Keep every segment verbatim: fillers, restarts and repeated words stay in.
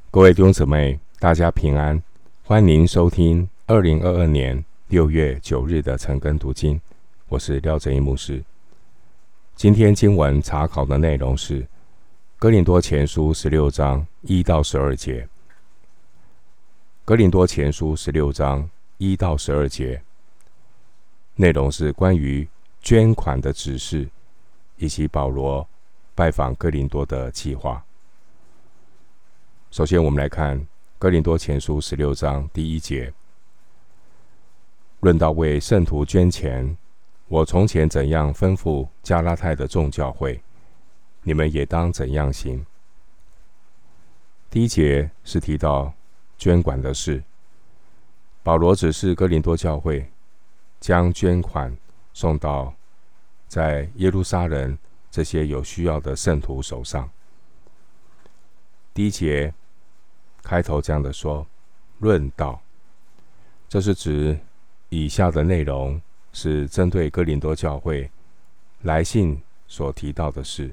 各位弟兄姊妹，大家平安，欢迎收听二零二二年六月九日的晨更读经。我是廖正一牧师。今天经文查考的内容是哥林多前书十六章一到十二节。哥林多前书十六章一到十二节，内容是关于捐款的指示，以及保罗拜访哥林多的计划。首先，我们来看哥林多前书十六章第一节，论到为圣徒捐钱，我从前怎样吩咐加拉太的众教会，你们也当怎样行。第一节是提到捐款的事，保罗指示哥林多教会将捐款送到在耶路撒冷这些有需要的圣徒手上。第一节开头这样的说，论道，这是指以下的内容是针对哥林多教会来信所提到的事。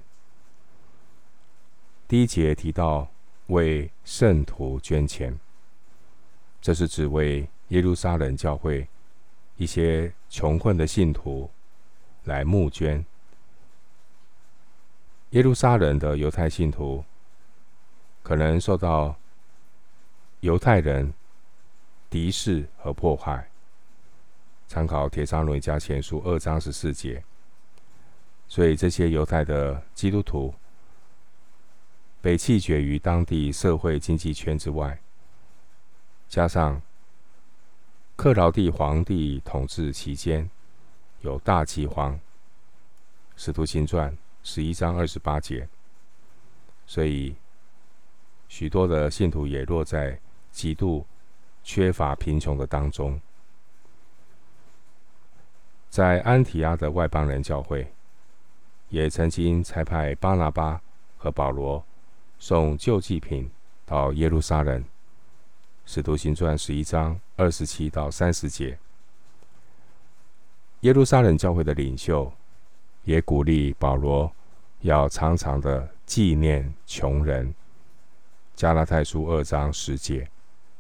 第一节提到为圣徒捐钱，这是指为耶路撒冷教会一些穷困的信徒来募捐。耶路撒冷的犹太信徒可能受到犹太人敌视和迫害，参考帖撒罗尼迦前书二章十四节。所以这些犹太的基督徒被弃绝于当地社会经济圈之外，加上克劳地皇帝统治期间有大饥荒，使徒行传十一章二十八节，所以许多的信徒也落在极度缺乏贫穷的当中。在安提阿的外邦人教会，也曾经差派巴拿巴和保罗送救济品到耶路撒冷，使徒行传十一章二十七到三十节。耶路撒冷教会的领袖也鼓励保罗要常常的纪念穷人，加拉太书二章十节。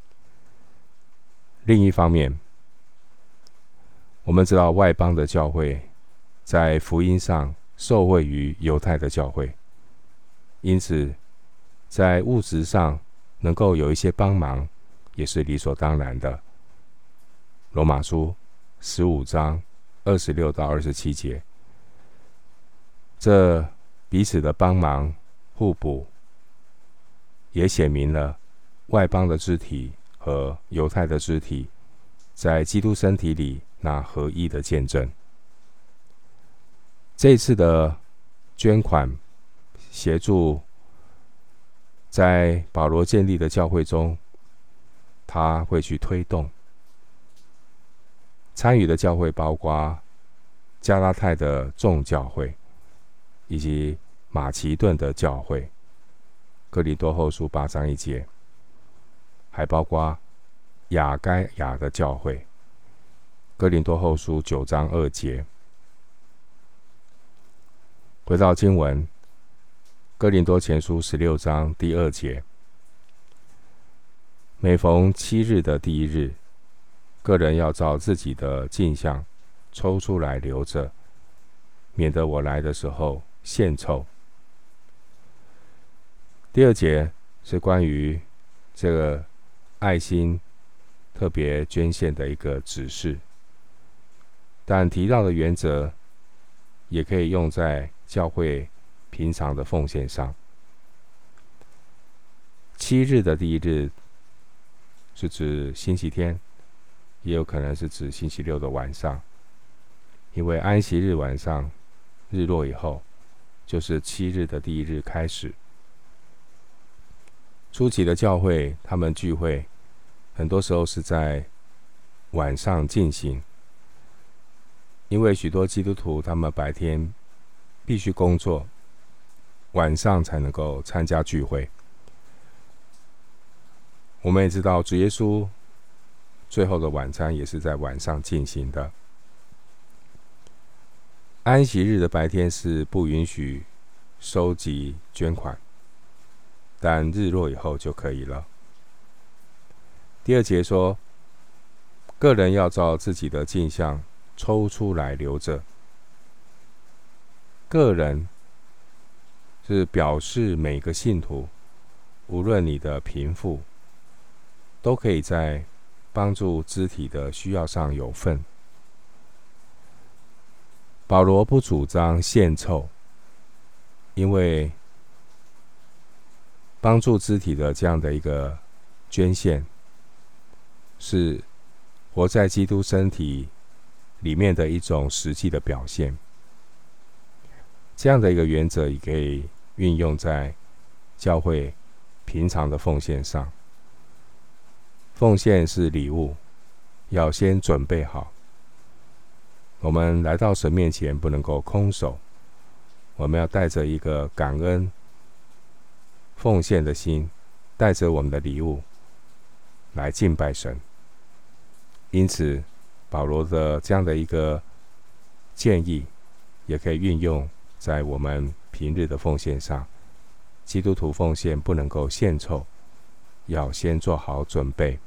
另一方面，我们知道外邦的教会在福音上受惠于犹太的教会，因此在物质上能够有一些帮忙也是理所当然的。罗马书十五章二十六到二十七节，这彼此的帮忙互补，也显明了外邦的肢体和犹太的肢体在基督身体里那合一的见证。这一次的捐款协助在保罗建立的教会中，他会去推动。参与的教会包括加拉太的众教会，以及马其顿的教会，哥林多后书八章一节，还包括亚该亚的教会，哥林多后书九章二节。回到经文，哥林多前书十六章第二节，每逢七日的第一日，个人要照自己的镜像抽出来留着，免得我来的时候献丑。第二节是关于这个爱心特别捐献的一个指示，但提到的原则也可以用在教会平常的奉献上。七日的第一日是指星期天，也有可能是指星期六的晚上，因为安息日晚上日落以后，就是七日的第一日开始。初期的教会，他们聚会很多时候是在晚上进行，因为许多基督徒他们白天必须工作，晚上才能够参加聚会。我们也知道，主耶稣最后的晚餐也是在晚上进行的。安息日的白天是不允许收集捐款， 但日落以后就可以了。第二节说，个人要照自己的镜像抽出来留着。个人是表示每个信徒，无论你的贫富，都可以在帮助肢体的需要上有份。保罗不主张献凑，因为帮助肢体的这样的一个捐献，是活在基督身体里面的一种实际的表现。这样的一个原则也可以运用在教会平常的奉献上。奉献是礼物，要先准备好。我们来到神面前不能够空手，我们要带着一个感恩奉献的心，带着我们的礼物来敬拜神。因此保罗的这样的一个建议也可以运用在我们平日的奉献上。基督徒奉献不能够献凑，要先做好准备。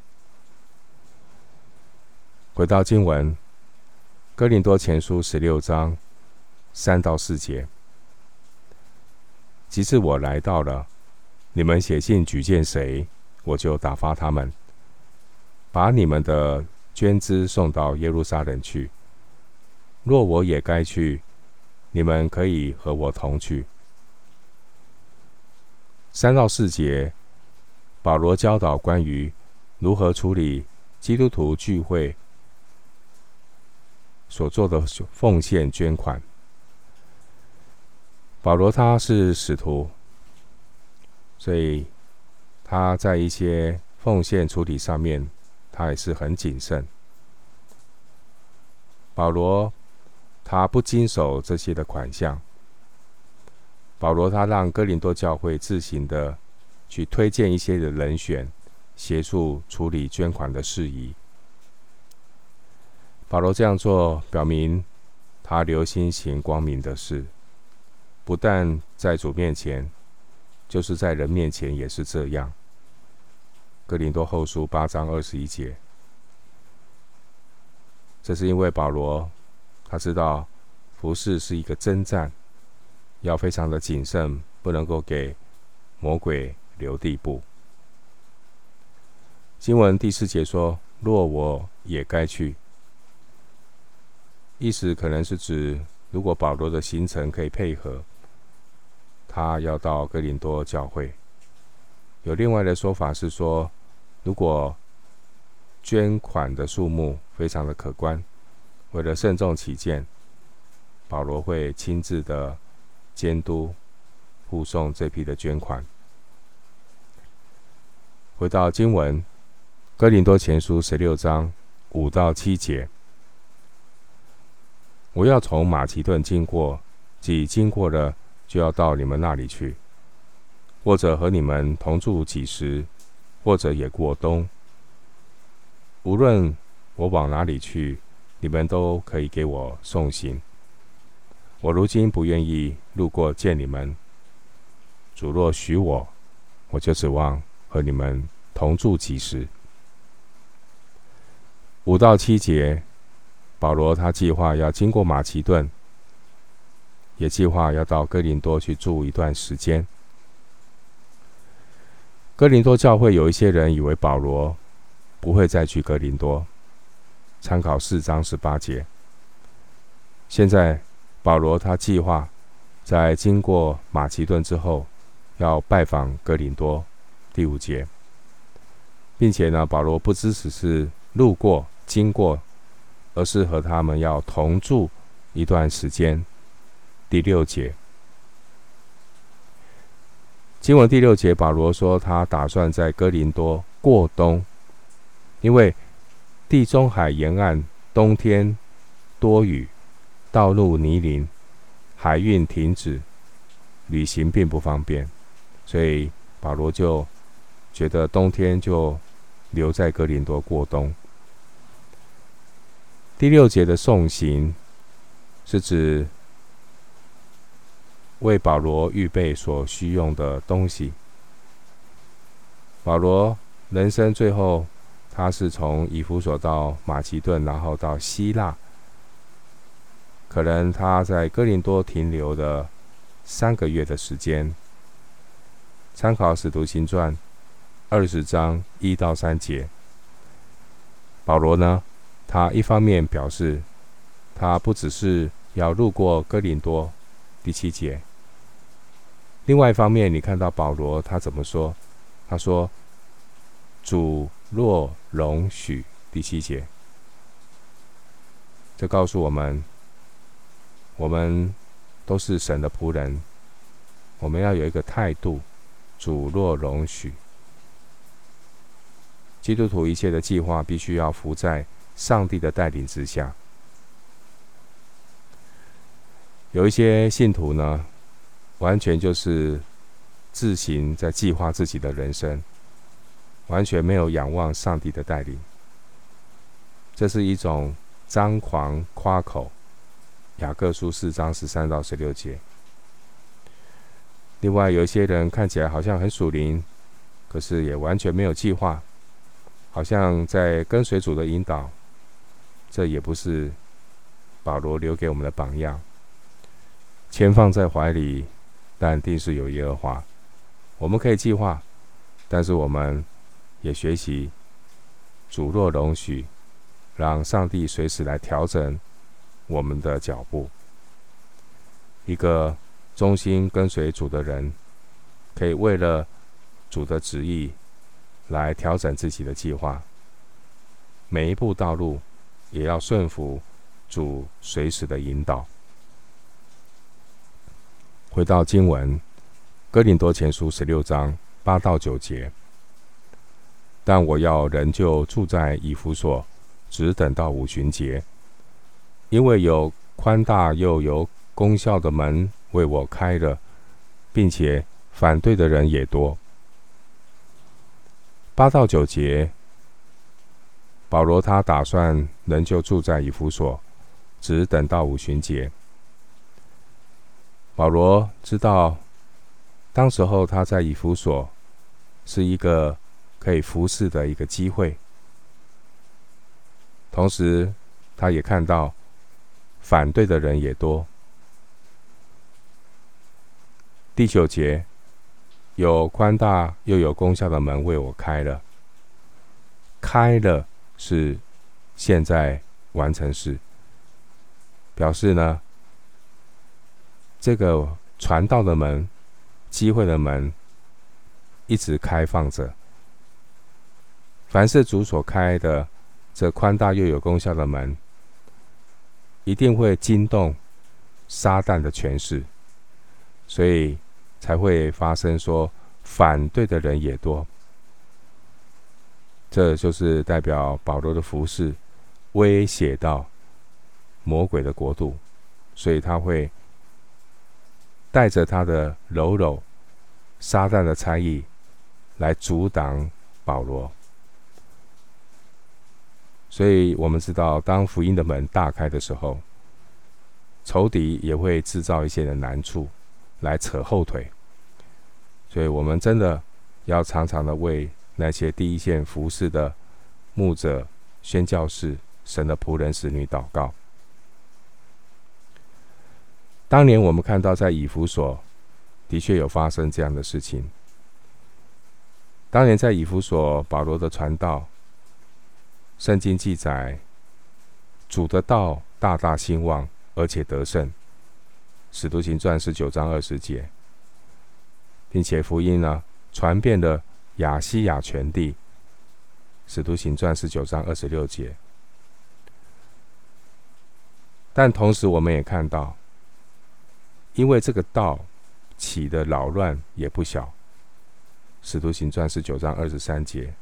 回到经文，哥林多前书十六章三到四节，及至我来到了，你们写信举荐谁，我就打发他们，把你们的捐资送到耶路撒冷去。若我也该去，你们可以和我同去。三到四节，保罗教导关于如何处理基督徒聚会所做的奉献捐款。保罗他是使徒，所以他在一些奉献处理上面，他也是很谨慎。保罗他不经手这些的款项，保罗他让哥林多教会自行的去推荐一些的人选，协助处理捐款的事宜。保罗这样做，表明他留心行光明的事，不但在主面前，就是在人面前也是这样。哥林多后书八章二十一节，这是因为保罗他知道服事是一个征战，要非常的谨慎，不能够给魔鬼留地步。经文第四节说，若我也该去，意思可能是指，如果保罗的行程可以配合，他要到哥林多教会。有另外的说法是说，如果捐款的数目非常的可观，为了慎重起见，保罗会亲自的监督护送这批的捐款。回到经文，哥林多前书十六章五到七节，我要从马其顿经过，即经过了，就要到你们那里去，或者和你们同住几时，或者也过冬。无论我往哪里去，你们都可以给我送行。我如今不愿意路过见你们，主若许我，我就指望和你们同住几时。五到七节，保罗他计划要经过马其顿，也计划要到哥林多去住一段时间。哥林多教会有一些人以为保罗不会再去哥林多，参考四章十八节。现在保罗他计划在经过马其顿之后，要拜访哥林多，第五节，并且呢，保罗不只是路过经过，而是和他们要同住一段时间，第六节。经文第六节，保罗说他打算在哥林多过冬，因为地中海沿岸冬天多雨，道路泥泞，海运停止，旅行并不方便，所以保罗就觉得冬天就留在哥林多过冬。第六节的送行是指为保罗预备所需用的东西， 保罗人生最后，他是从以弗所到马其顿，然后到希腊。可能他在哥林多停留了三个月的时间。参考《使徒行传》二十章一到三节。保罗呢，他一方面表示，他不只是要路过哥林多，第七节。另外一方面，你看到保罗他怎么说？他说：“主若容许。”第七节，这告诉我们，我们都是神的仆人，我们要有一个态度：主若容许。基督徒一切的计划必须要服在上帝的带领之下。有一些信徒呢，完全就是自行在计划自己的人生，完全没有仰望上帝的带领。这是一种张狂夸口。雅各书四章十三到十六节。另外，有一些人看起来好像很属灵，可是也完全没有计划，好像在跟随主的引导。这也不是保罗留给我们的榜样。钱放在怀里，但定是有耶和华。我们可以计划，但是我们也学习主若容许，让上帝随时来调整我们的脚步。一个忠心跟随主的人，可以为了主的旨意来调整自己的计划，每一步道路也要顺服主随时的引导。回到经文，哥林多前书十六章八到九节。但我要仍旧住在以弗所，只等到五旬节，因为有宽大又有功效的门为我开了，并且反对的人也多。八到九节，保罗他打算仍旧住在以弗所，只等到五旬节。保罗知道，当时候他在以弗所是一个可以服侍的一个机会，同时他也看到反对的人也多。第九节，有宽大又有功效的门为我开了。开了是现在完成式，表示呢，这个传道的门、机会的门一直开放着。凡是主所开的这宽大又有功效的门，一定会惊动撒旦的权势，所以才会发生说反对的人也多。这就是代表保罗的服事威胁到魔鬼的国度，所以他会带着他的柔柔撒旦的差役来阻挡保罗。所以我们知道，当福音的门大开的时候，仇敌也会制造一些的难处来扯后腿。所以我们真的要常常的为那些第一线服事的牧者、宣教士、神的仆人、使女祷告。当年我们看到在以弗所的确有发生这样的事情。当年在以弗所，保罗的传道，圣经记载，主的道大大兴旺，而且得胜。使徒行传十九章二十节，并且福音呢传遍了亚西亚全地。使徒行传十九章二十六节。但同时我们也看到，因为这个道起的扰乱也不小。使徒行传十九章二十三节。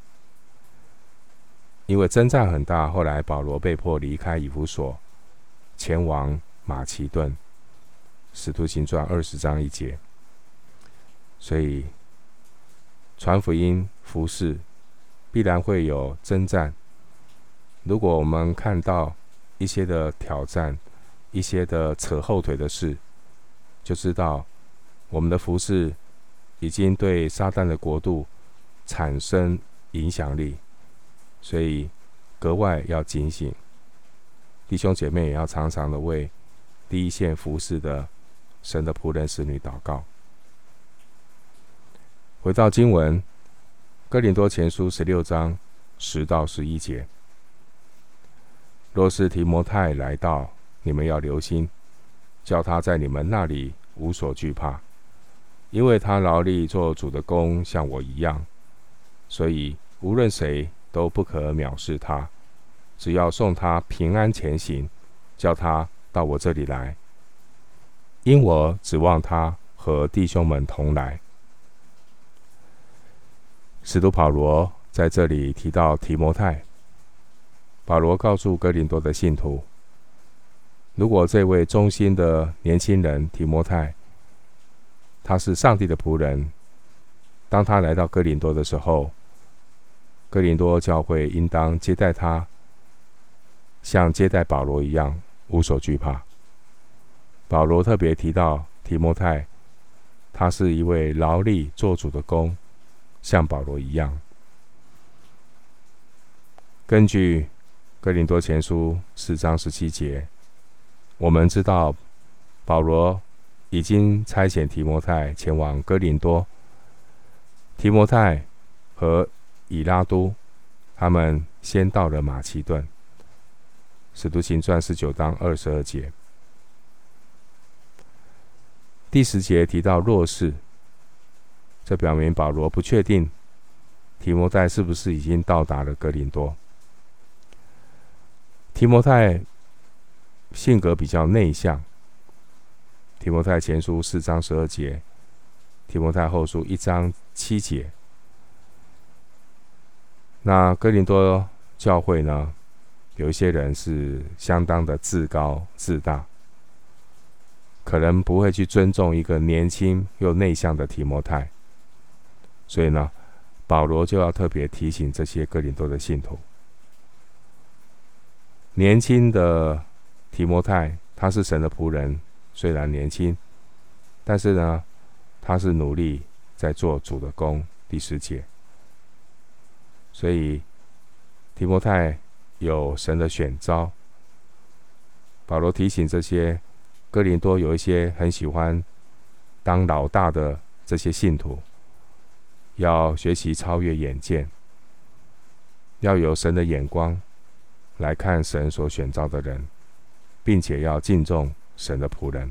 因为征战很大，后来保罗被迫离开以弗所，前往马其顿。使徒行传二十章一节。所以传福音服事必然会有征战。如果我们看到一些的挑战，一些的扯后腿的事，就知道我们的服事已经对撒旦的国度产生影响力，所以格外要警醒。弟兄姐妹也要常常的为第一线服侍的神的仆人使女祷告。回到经文，哥林多前书十六章十到十一节，若是提摩太来到，你们要留心，叫他在你们那里无所惧怕，因为他劳力做主的工，像我一样，所以无论谁都不可藐视他，只要送他平安前行，叫他到我这里来，因我指望他和弟兄们同来。使徒保罗在这里提到提摩太，保罗告诉哥林多的信徒，如果这位忠心的年轻人提摩太，他是上帝的仆人，当他来到哥林多的时候，哥林多教会应当接待他，像接待保罗一样无所惧怕。保罗特别提到提摩太，他是一位劳力做主的工，像保罗一样。根据哥林多前书四章十七节，我们知道保罗已经差遣提摩太前往哥林多，提摩太和以拉都他们先到了马其顿。使徒行传十九章二十二节。第十节提到若是，这表明保罗不确定提摩太是不是已经到达了哥林多。提摩太性格比较内向，提摩太前书四章十二节，提摩太后书一章七节。那哥林多教会呢，有一些人是相当的自高自大，可能不会去尊重一个年轻又内向的提摩太，所以呢，保罗就要特别提醒这些哥林多的信徒，年轻的提摩太他是神的仆人，虽然年轻，但是呢，他是努力在做主的工。第十节，所以提摩太有神的选召。保罗提醒这些哥林多有一些很喜欢当老大的这些信徒，要学习超越眼见，要有神的眼光来看神所选召的人，并且要敬重神的仆人。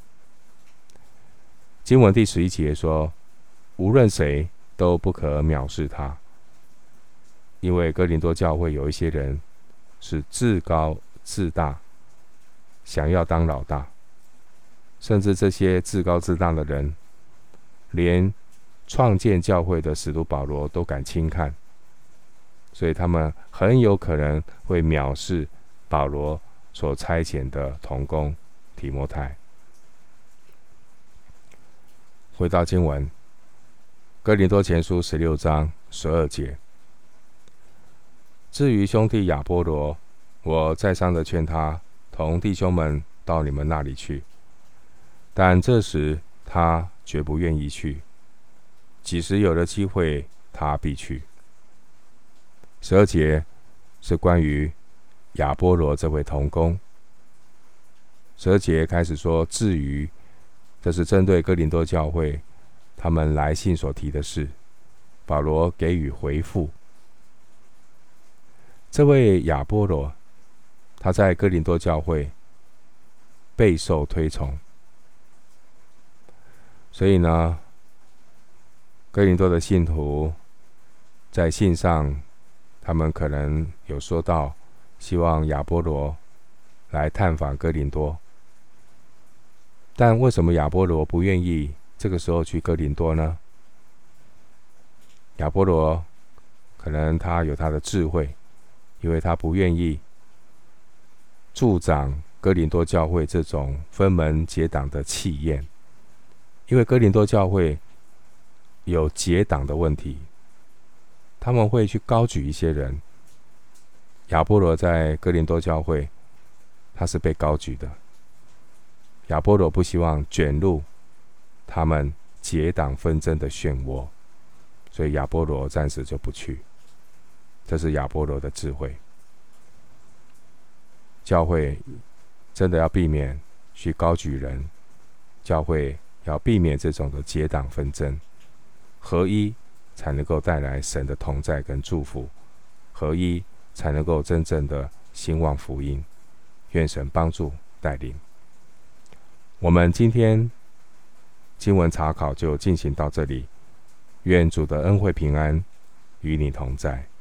经文第十一节说，无论谁都不可藐视他，因为哥林多教会有一些人是自高自大，想要当老大，甚至这些自高自大的人，连创建教会的使徒保罗都敢轻看，所以他们很有可能会藐视保罗所差遣的同工提摩太。回到经文，哥林多前书十六章十二节，至于兄弟亚波罗，我再三的劝他同弟兄们到你们那里去，但这时他绝不愿意去，几时有了机会，他必去。十二节是关于亚波罗这位同工。十二节开始说，至于，这是针对哥林多教会他们来信所提的事，保罗给予回复。这位亚波罗，他在哥林多教会备受推崇，所以呢，哥林多的信徒在信上，他们可能有说到，希望亚波罗来探访哥林多。但为什么亚波罗不愿意这个时候去哥林多呢？亚波罗可能他有他的智慧，因为他不愿意助长哥林多教会这种分门结党的气焰，因为哥林多教会有结党的问题，他们会去高举一些人。亚波罗在哥林多教会，他是被高举的。亚波罗不希望卷入他们结党纷争的漩涡， 所以亚波罗暂时就不去。这是亚波罗的智慧。教会真的要避免去高举人，教会要避免这种的结党纷争，合一才能够带来神的同在跟祝福，合一才能够真正的兴旺福音。愿神帮助带领。我们今天经文查考就进行到这里，愿主的恩惠平安与你同在。